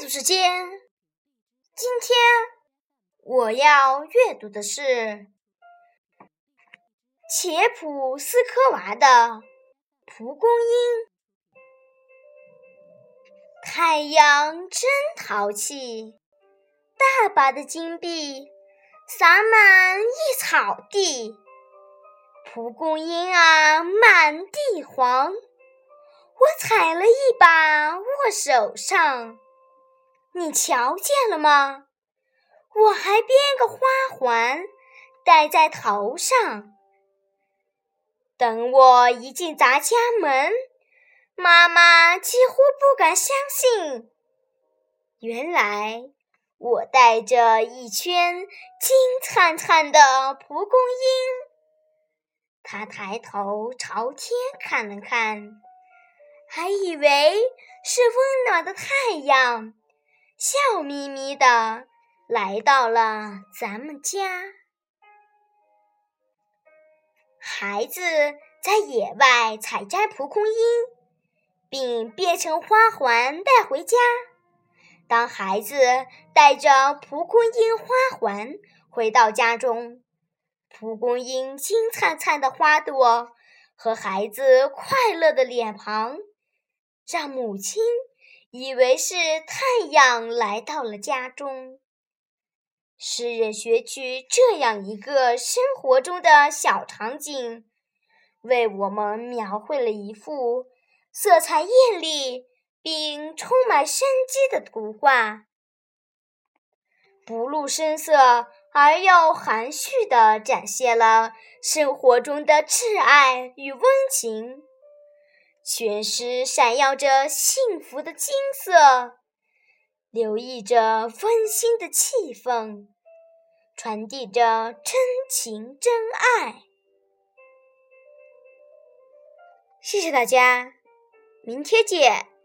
读时间，今天我要阅读的是切普斯科娃的《蒲公英》。太阳真淘气，大把的金币洒满一草地。蒲公英啊，满地黄，我采了一把握手上。你瞧见了吗？我还编个花环戴在头上。等我一进咱家门，妈妈几乎不敢相信，原来我带着一圈金灿灿的蒲公英。她抬头朝天看了看，还以为是温暖的太阳，笑眯眯地来到了咱们家。孩子在野外采摘蒲公英，并编成花环带回家。当孩子带着蒲公英花环回到家中，蒲公英金灿灿的花朵和孩子快乐的脸庞，让母亲以为是太阳来到了家中。诗人学取这样一个生活中的小场景，为我们描绘了一幅色彩艳丽并充满生机的图画，不露声色而又含蓄地展现了生活中的挚爱与温情。全诗闪耀着幸福的金色，流溢着温馨的气氛，传递着真情真爱。谢谢大家，明天见。